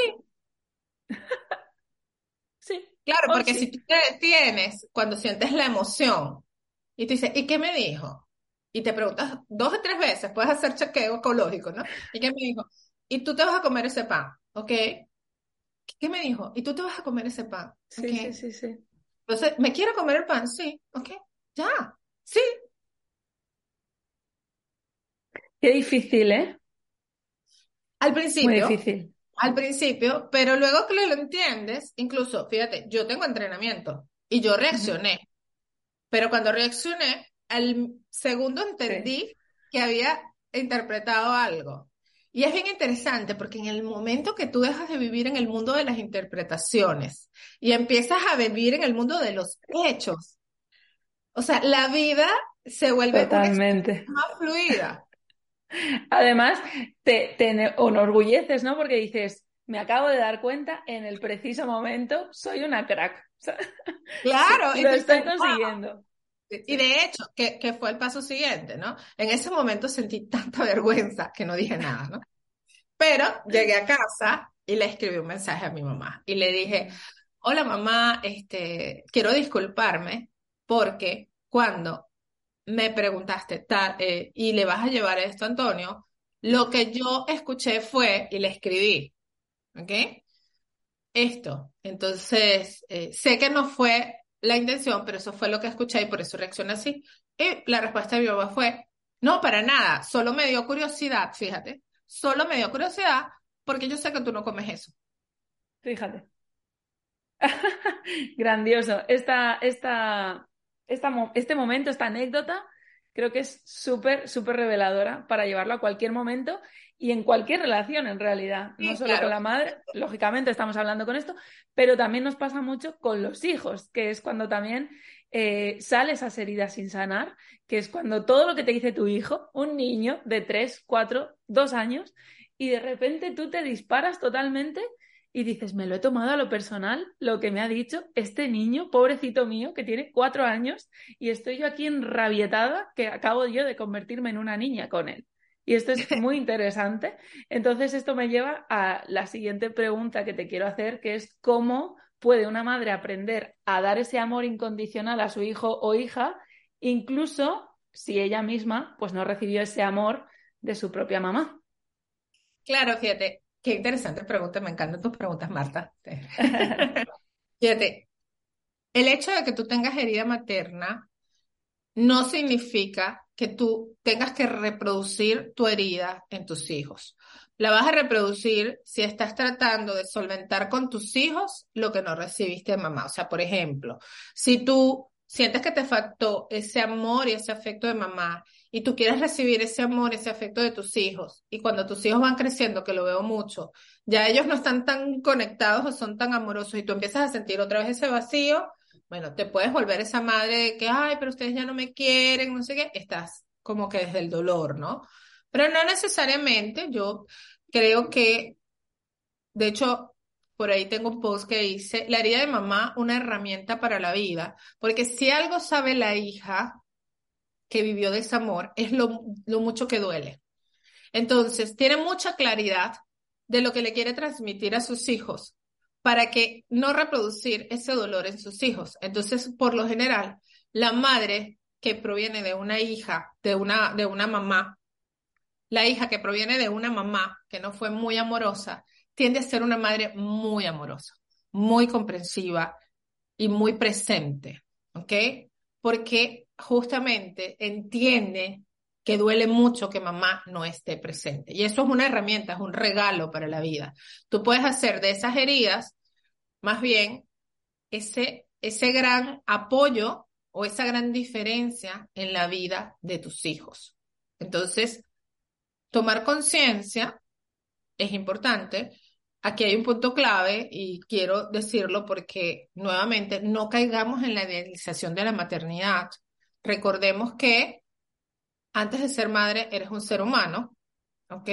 sí Claro, o porque si sí. tú te detienes cuando sientes la emoción y tú dices, ¿y qué me dijo? Y te preguntas dos o tres veces, puedes hacer chequeo ecológico, ¿no? ¿Y qué me dijo? Y tú te vas a comer ese pan, ¿ok? ¿Qué me dijo? Y tú te vas a comer ese pan, ¿ok? Sí, sí, sí, sí. Entonces, ¿me quiero comer el pan? Sí, ¿ok? Ya, sí. Qué difícil, ¿eh? Al Muy principio, difícil. al principio, pero luego que lo entiendes, incluso, fíjate, yo tengo entrenamiento y yo Ujú. reaccioné, pero cuando reaccioné, al segundo Sí, entendí que había interpretado algo. Y es bien interesante porque en el momento que tú dejas de vivir en el mundo de las interpretaciones y empiezas a vivir en el mundo de los hechos, o sea, la vida se vuelve una experiencia totalmente. más fluida. Además, te, te enorgulleces, ¿no? Porque dices, me acabo de dar cuenta en el preciso momento, soy una crack. O sea, sí, Claro, y lo tú estoy dices, consiguiendo. y Sí. de hecho, que, que fue el paso siguiente, ¿no? En ese momento sentí tanta vergüenza que no dije nada, ¿no? Pero llegué a casa y le escribí un mensaje a mi mamá y le dije, Mm. hola mamá, este, quiero disculparme porque cuando me preguntaste ta- eh, y le vas a llevar esto a Antonio, lo que yo escuché fue y le escribí, ¿ok? Esto. Entonces, eh, sé que no fue la intención, pero eso fue lo que escuché y por eso reaccioné así. Y la respuesta de mi mamá fue, no, para nada, solo me dio curiosidad, fíjate, solo me dio curiosidad porque yo sé que tú no comes eso. Fíjate. Grandioso. Esta, esta, esta mo- este momento, esta anécdota, creo que es súper, súper reveladora para llevarlo a cualquier momento y en cualquier relación, en realidad. No Sí, solo con claro. la madre, lógicamente estamos hablando con esto, pero también nos pasa mucho con los hijos, que es cuando también eh, sale esas heridas sin sanar, que es cuando todo lo que te dice tu hijo, un niño de tres, cuatro, dos años, y de repente tú te disparas totalmente y dices, me lo he tomado a lo personal, lo que me ha dicho este niño, pobrecito mío, que tiene cuatro años, y estoy yo aquí enrabietada que acabo yo de convertirme en una niña con él. Y esto es muy interesante. Entonces, esto me lleva a la siguiente pregunta que te quiero hacer, que es cómo puede una madre aprender a dar ese amor incondicional a su hijo o hija, incluso si ella misma pues no recibió ese amor de su propia mamá. Claro, fíjate, qué interesante pregunta, me encantan tus preguntas, Marta. Fíjate, el hecho de que tú tengas herida materna no significa que tú tengas que reproducir tu herida en tus hijos. La vas a reproducir si estás tratando de solventar con tus hijos lo que no recibiste de mamá. O sea, por ejemplo, si tú sientes que te faltó ese amor y ese afecto de mamá y tú quieres recibir ese amor y ese afecto de tus hijos, y cuando tus hijos van creciendo, que lo veo mucho, ya ellos no están tan conectados o son tan amorosos y tú empiezas a sentir otra vez ese vacío. Bueno, te puedes volver esa madre de que, ay, pero ustedes ya no me quieren, no sé qué, estás como que desde el dolor, ¿no? Pero no necesariamente, yo creo que, de hecho, por ahí tengo un post que dice, la herida de mamá, una herramienta para la vida, porque si algo sabe la hija que vivió desamor, es lo, lo mucho que duele. Entonces, tiene mucha claridad de lo que le quiere transmitir a sus hijos para que no reproducir ese dolor en sus hijos. Entonces, por lo general, la madre que proviene de una hija, de una, de una mamá, la hija que proviene de una mamá que no fue muy amorosa, tiende a ser una madre muy amorosa, muy comprensiva y muy presente, ¿ok? Porque justamente entiende que duele mucho que mamá no esté presente. Y eso es una herramienta, es un regalo para la vida. Tú puedes hacer de esas heridas, más bien, ese, ese gran apoyo o esa gran diferencia en la vida de tus hijos. Entonces, tomar conciencia es importante. Aquí hay un punto clave y quiero decirlo porque nuevamente no caigamos en la idealización de la maternidad. Recordemos que antes de ser madre eres un ser humano, ¿ok?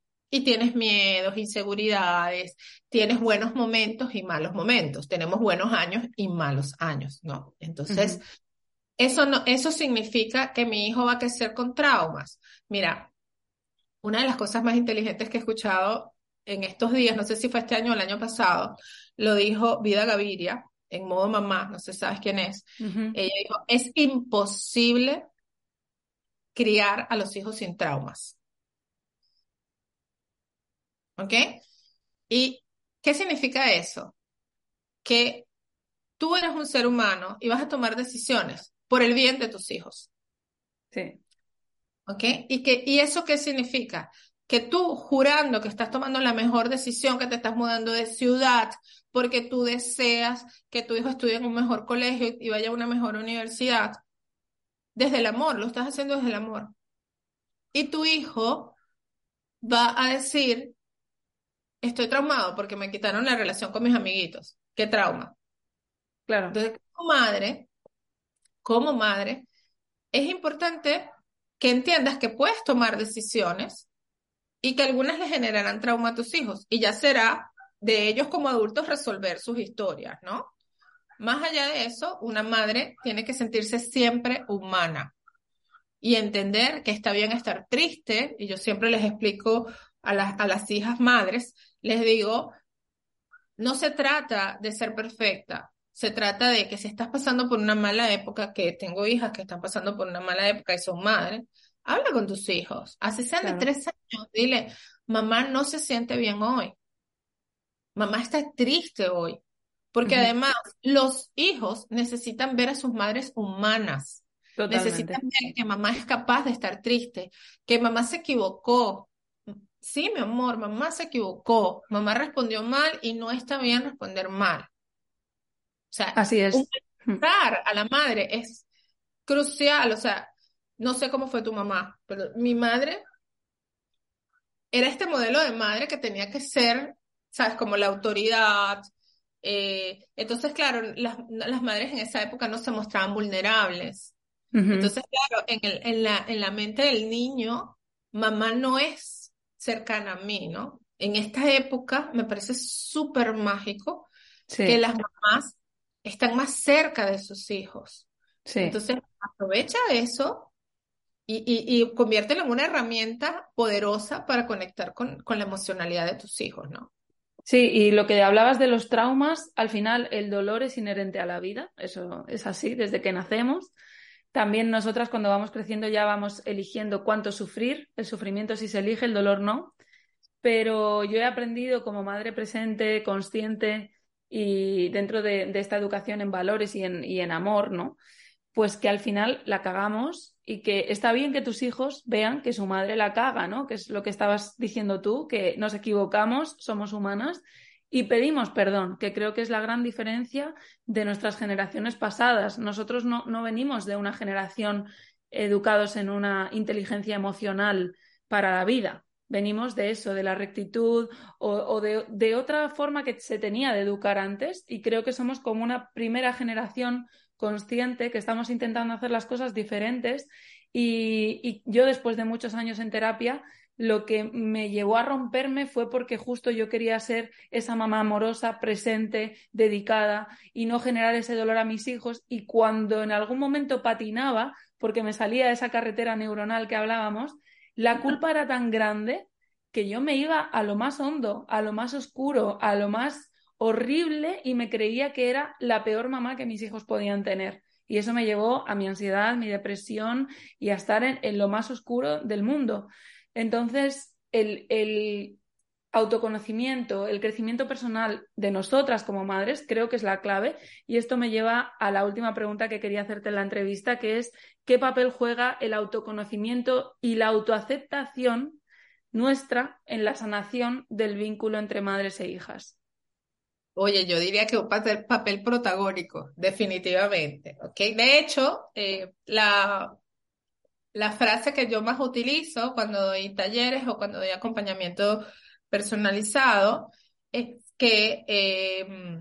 Y tienes miedos, inseguridades, tienes buenos momentos y malos momentos. Tenemos buenos años y malos años, ¿no? Entonces, Ujú. eso no, eso significa que mi hijo va a crecer con traumas. Mira, una de las cosas más inteligentes que he escuchado en estos días, no sé si fue este año o el año pasado, lo dijo Vida Gaviria. en modo mamá, no sé, ¿sabes quién es? Ujú. Ella dijo, es imposible criar a los hijos sin traumas, ¿ok? ¿Y qué significa eso? Que tú eres un ser humano y vas a tomar decisiones por el bien de tus hijos, Sí, ¿ok? ¿Y, que, y eso qué significa? Que tú jurando que estás tomando la mejor decisión, que te estás mudando de ciudad, porque tú deseas que tu hijo estudie en un mejor colegio y vaya a una mejor universidad, desde el amor, lo estás haciendo desde el amor. Y tu hijo va a decir, estoy traumado porque me quitaron la relación con mis amiguitos. ¿Qué trauma? claro, Entonces, como madre, como madre, es importante que entiendas que puedes tomar decisiones y que algunas le generarán trauma a tus hijos. Y ya será de ellos como adultos resolver sus historias, ¿no? Más allá de eso, una madre tiene que sentirse siempre humana y entender que está bien estar triste. Y yo siempre les explico a las, a las hijas madres, les digo, no se trata de ser perfecta, se trata de que si estás pasando por una mala época, que tengo hijas que están pasando por una mala época y son madres, habla con tus hijos, así sean de claro. tres años, dile, mamá no se siente bien hoy, mamá está triste hoy, porque Ujú. además los hijos necesitan ver a sus madres humanas, necesitan Totalmente. ver que mamá es capaz de estar triste, que mamá se equivocó. Sí, mi amor, mamá se equivocó, mamá respondió mal y no está bien responder mal. O sea, Así es. Mm. humanizar a la madre es crucial. O sea, no sé cómo fue tu mamá, pero mi madre era este modelo de madre que tenía que ser, ¿sabes? Como la autoridad. Eh, entonces, claro, las, las madres en esa época no se mostraban vulnerables. Ujú. Entonces, claro, en el, en la, en la mente del niño, mamá no es cercana a mí, ¿no? En esta época me parece súper mágico que Sí, las mamás están más cerca de sus hijos. sí. Entonces, aprovecha eso y, y, y conviértelo en una herramienta poderosa para conectar con, con la emocionalidad de tus hijos, ¿no? Sí, y lo que hablabas de los traumas, al final el dolor es inherente a la vida, eso es así, desde que nacemos. También nosotras cuando vamos creciendo ya vamos eligiendo cuánto sufrir, el sufrimiento sí se elige, el dolor no, pero yo he aprendido como madre presente, consciente y dentro de, de esta educación en valores y en, y en amor, ¿no? Pues que al final la cagamos y que está bien que tus hijos vean que su madre la caga, ¿no? Que es lo que estabas diciendo tú, que nos equivocamos, somos humanas y pedimos perdón, que creo que es la gran diferencia de nuestras generaciones pasadas. Nosotros no, no venimos de una generación educados en una inteligencia emocional para la vida. Venimos de eso, de la rectitud o, o de, de otra forma que se tenía de educar antes y creo que somos como una primera generación consciente que estamos intentando hacer las cosas diferentes y, y yo después de muchos años en terapia lo que me llevó a romperme fue porque justo yo quería ser esa mamá amorosa, presente, dedicada y no generar ese dolor a mis hijos y cuando en algún momento patinaba porque me salía de esa carretera neuronal que hablábamos, la culpa era tan grande que yo me iba a lo más hondo, a lo más oscuro, a lo más horrible y me creía que era la peor mamá que mis hijos podían tener. Y eso me llevó a mi ansiedad, mi depresión y a estar en, en lo más oscuro del mundo. Entonces, el, el autoconocimiento, el crecimiento personal de nosotras como madres creo que es la clave y esto me lleva a la última pregunta que quería hacerte en la entrevista, que es ¿qué papel juega el autoconocimiento y la autoaceptación nuestra en la sanación del vínculo entre madres e hijas? Oye, yo diría que un papel, papel protagónico, definitivamente, ¿ok? De hecho, eh, la, la frase que yo más utilizo cuando doy talleres o cuando doy acompañamiento personalizado es que eh,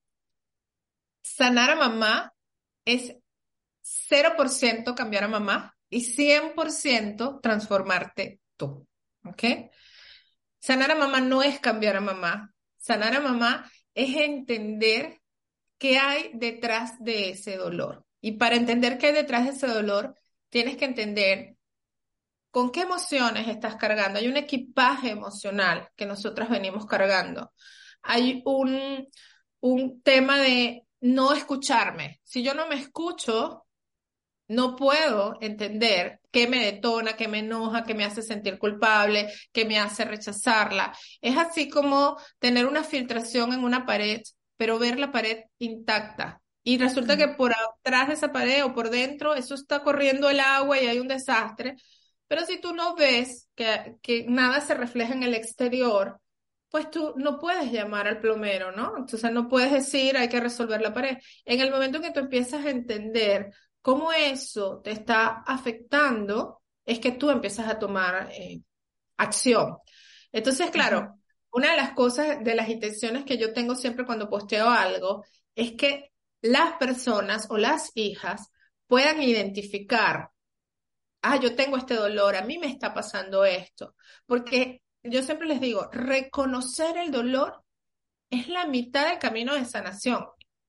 sanar a mamá es cero por ciento cambiar a mamá y cien por ciento transformarte tú, ¿ok? Sanar a mamá no es cambiar a mamá. Sanar a mamá es entender qué hay detrás de ese dolor. Y para entender qué hay detrás de ese dolor, tienes que entender con qué emociones estás cargando. Hay un equipaje emocional que nosotras venimos cargando. Hay un, un tema de no escucharme. Si yo no me escucho, no puedo entender qué me detona, qué me enoja, qué me hace sentir culpable, qué me hace rechazarla. Es así como tener una filtración en una pared, pero ver la pared intacta. Y resulta que Mm. por atrás de esa pared o por dentro, eso está corriendo el agua y hay un desastre. Pero si tú no ves que, que nada se refleja en el exterior, pues tú no puedes llamar al plomero, ¿no? Entonces no puedes decir hay que resolver la pared. En el momento en que tú empiezas a entender cómo eso te está afectando, es que tú empiezas a tomar eh, acción. Entonces, Ujú. claro, una de las cosas, de las intenciones que yo tengo siempre cuando posteo algo, es que las personas o las hijas puedan identificar, ah, yo tengo este dolor, a mí me está pasando esto, porque yo siempre les digo, reconocer el dolor es la mitad del camino de sanación.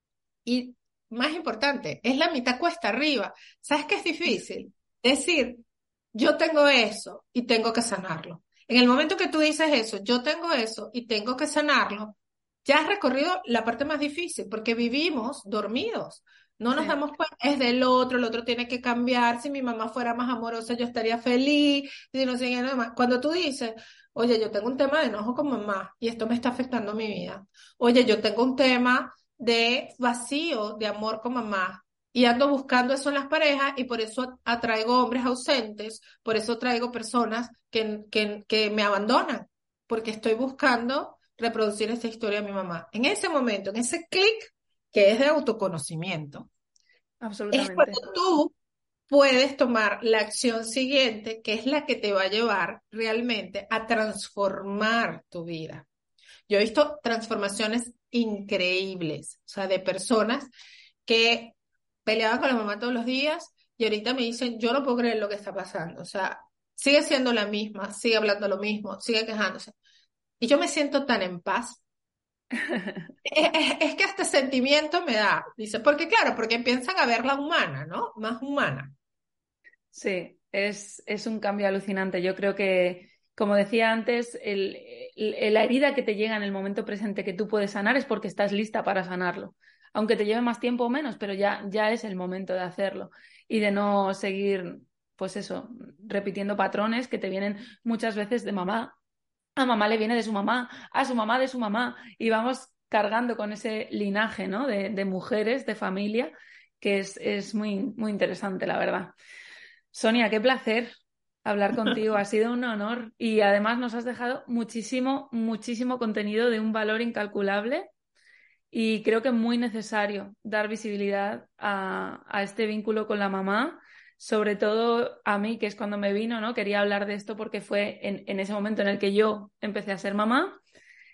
Y más importante, es la mitad cuesta arriba. ¿Sabes qué es difícil? Decir, yo tengo eso y tengo que sanarlo. En el momento que tú dices eso, yo tengo eso y tengo que sanarlo, ya has recorrido la parte más difícil porque vivimos dormidos. No nos Sí. damos cuenta, es del otro, el otro tiene que cambiar. Si mi mamá fuera más amorosa, yo estaría feliz. Si no sé qué, nada más. Cuando tú dices, oye, yo tengo un tema de enojo con mamá y esto me está afectando mi vida. Oye, yo tengo un tema de vacío de amor con mamá. Y ando buscando eso en las parejas y por eso atraigo hombres ausentes, por eso traigo personas que, que, que me abandonan, porque estoy buscando reproducir esa historia de mi mamá. En ese momento, en ese clic que es de autoconocimiento, es Absolutamente. cuando tú puedes tomar la acción siguiente, que es la que te va a llevar realmente a transformar tu vida. Yo he visto transformaciones increíbles, o sea, de personas que peleaban con la mamá todos los días y ahorita me dicen, yo no puedo creer lo que está pasando, o sea, sigue siendo la misma, sigue hablando lo mismo, sigue quejándose. Y yo me siento tan en paz. Es, es- es que este sentimiento me da, dice, porque claro, porque empiezan a verla humana, ¿no? Más humana. Sí, es, es un cambio alucinante. Yo creo que, como decía antes, el, el- la herida que te llega en el momento presente que tú puedes sanar es porque estás lista para sanarlo. Aunque te lleve más tiempo o menos, pero ya, ya es el momento de hacerlo y de no seguir, pues eso, repitiendo patrones que te vienen muchas veces de mamá. A mamá le viene de su mamá, a su mamá de su mamá, y vamos cargando con ese linaje, ¿no? de, de mujeres, de familia, que es, es muy, muy interesante, la verdad. Sonia, qué placer hablar contigo, ha sido un honor y además nos has dejado muchísimo, muchísimo contenido de un valor incalculable y creo que muy necesario dar visibilidad a, a este vínculo con la mamá, sobre todo a mí, que es cuando me vino, ¿no? Quería hablar de esto porque fue en, en ese momento en el que yo empecé a ser mamá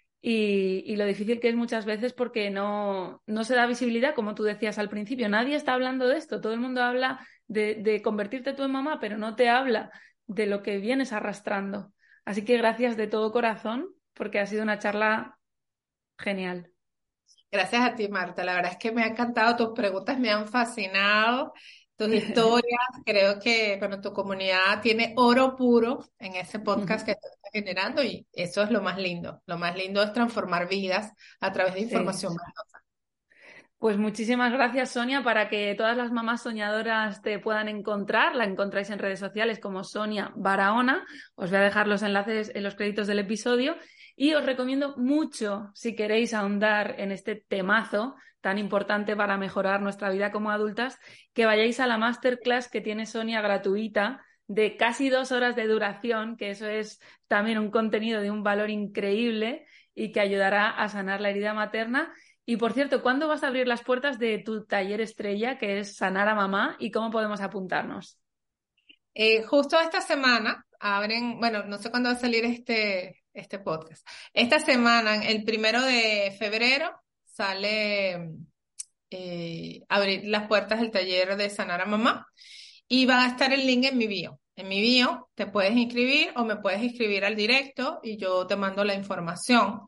y, y lo difícil que es muchas veces porque no, no se da visibilidad, como tú decías al principio. Nadie está hablando de esto. Todo el mundo habla de, de convertirte tú en mamá, pero no te habla de lo que vienes arrastrando. Así que gracias de todo corazón porque ha sido una charla genial. Gracias a ti, Marta. La verdad es que me ha encantado, tus preguntas me han fascinado, tus historias. Creo que, bueno, tu comunidad tiene oro puro en ese podcast que tú estás generando y eso es lo más lindo. Lo más lindo es transformar vidas a través de Sí. información valiosa. Pues muchísimas gracias, Sonia, para que todas las mamás soñadoras te puedan encontrar. La encontráis en redes sociales como Sonia Barahona. Os voy a dejar los enlaces en los créditos del episodio y os recomiendo mucho, si queréis ahondar en este temazo tan importante para mejorar nuestra vida como adultas, que vayáis a la masterclass que tiene Sonia gratuita de casi dos horas de duración, que eso es también un contenido de un valor increíble y que ayudará a sanar la herida materna. Y por cierto, ¿cuándo vas a abrir las puertas de tu taller estrella, que es Sanar a Mamá, y cómo podemos apuntarnos? Eh, justo esta semana abren, bueno, no sé cuándo va a salir este, este podcast. Esta semana, el primero de febrero, sale eh, abrir las puertas del taller de Sanar a Mamá y va a estar el link en mi bio. En mi bio te puedes inscribir o me puedes inscribir al directo y yo te mando la información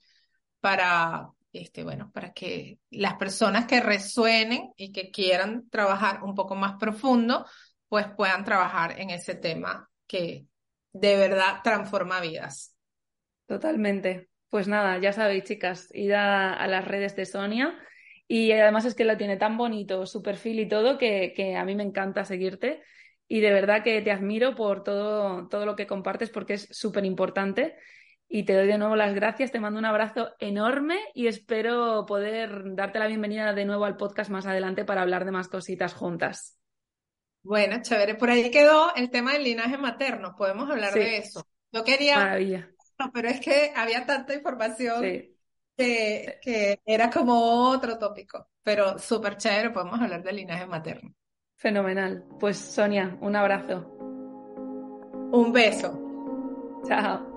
para, este, bueno, para que las personas que resuenen y que quieran trabajar un poco más profundo, pues puedan trabajar en ese tema que de verdad transforma vidas. Totalmente. Pues nada, ya sabéis, chicas, id a, a las redes de Sonia Y además es que lo tiene tan bonito, su perfil y todo, que, que a mí me encanta seguirte. Y de verdad que te admiro por todo, todo lo que compartes porque es súper importante. Y te doy de nuevo las gracias, te mando un abrazo enorme y espero poder darte la bienvenida de nuevo al podcast más adelante para hablar de más cositas juntas. Bueno, chévere. Por ahí quedó el tema del linaje materno. Podemos hablar de Sí, eso. Yo quería, maravilla. no, pero es que había tanta información Sí, que, que era como otro tópico. Pero súper chévere, podemos hablar del linaje materno. fenomenal. Pues Sonia, un abrazo. Un beso. Chao.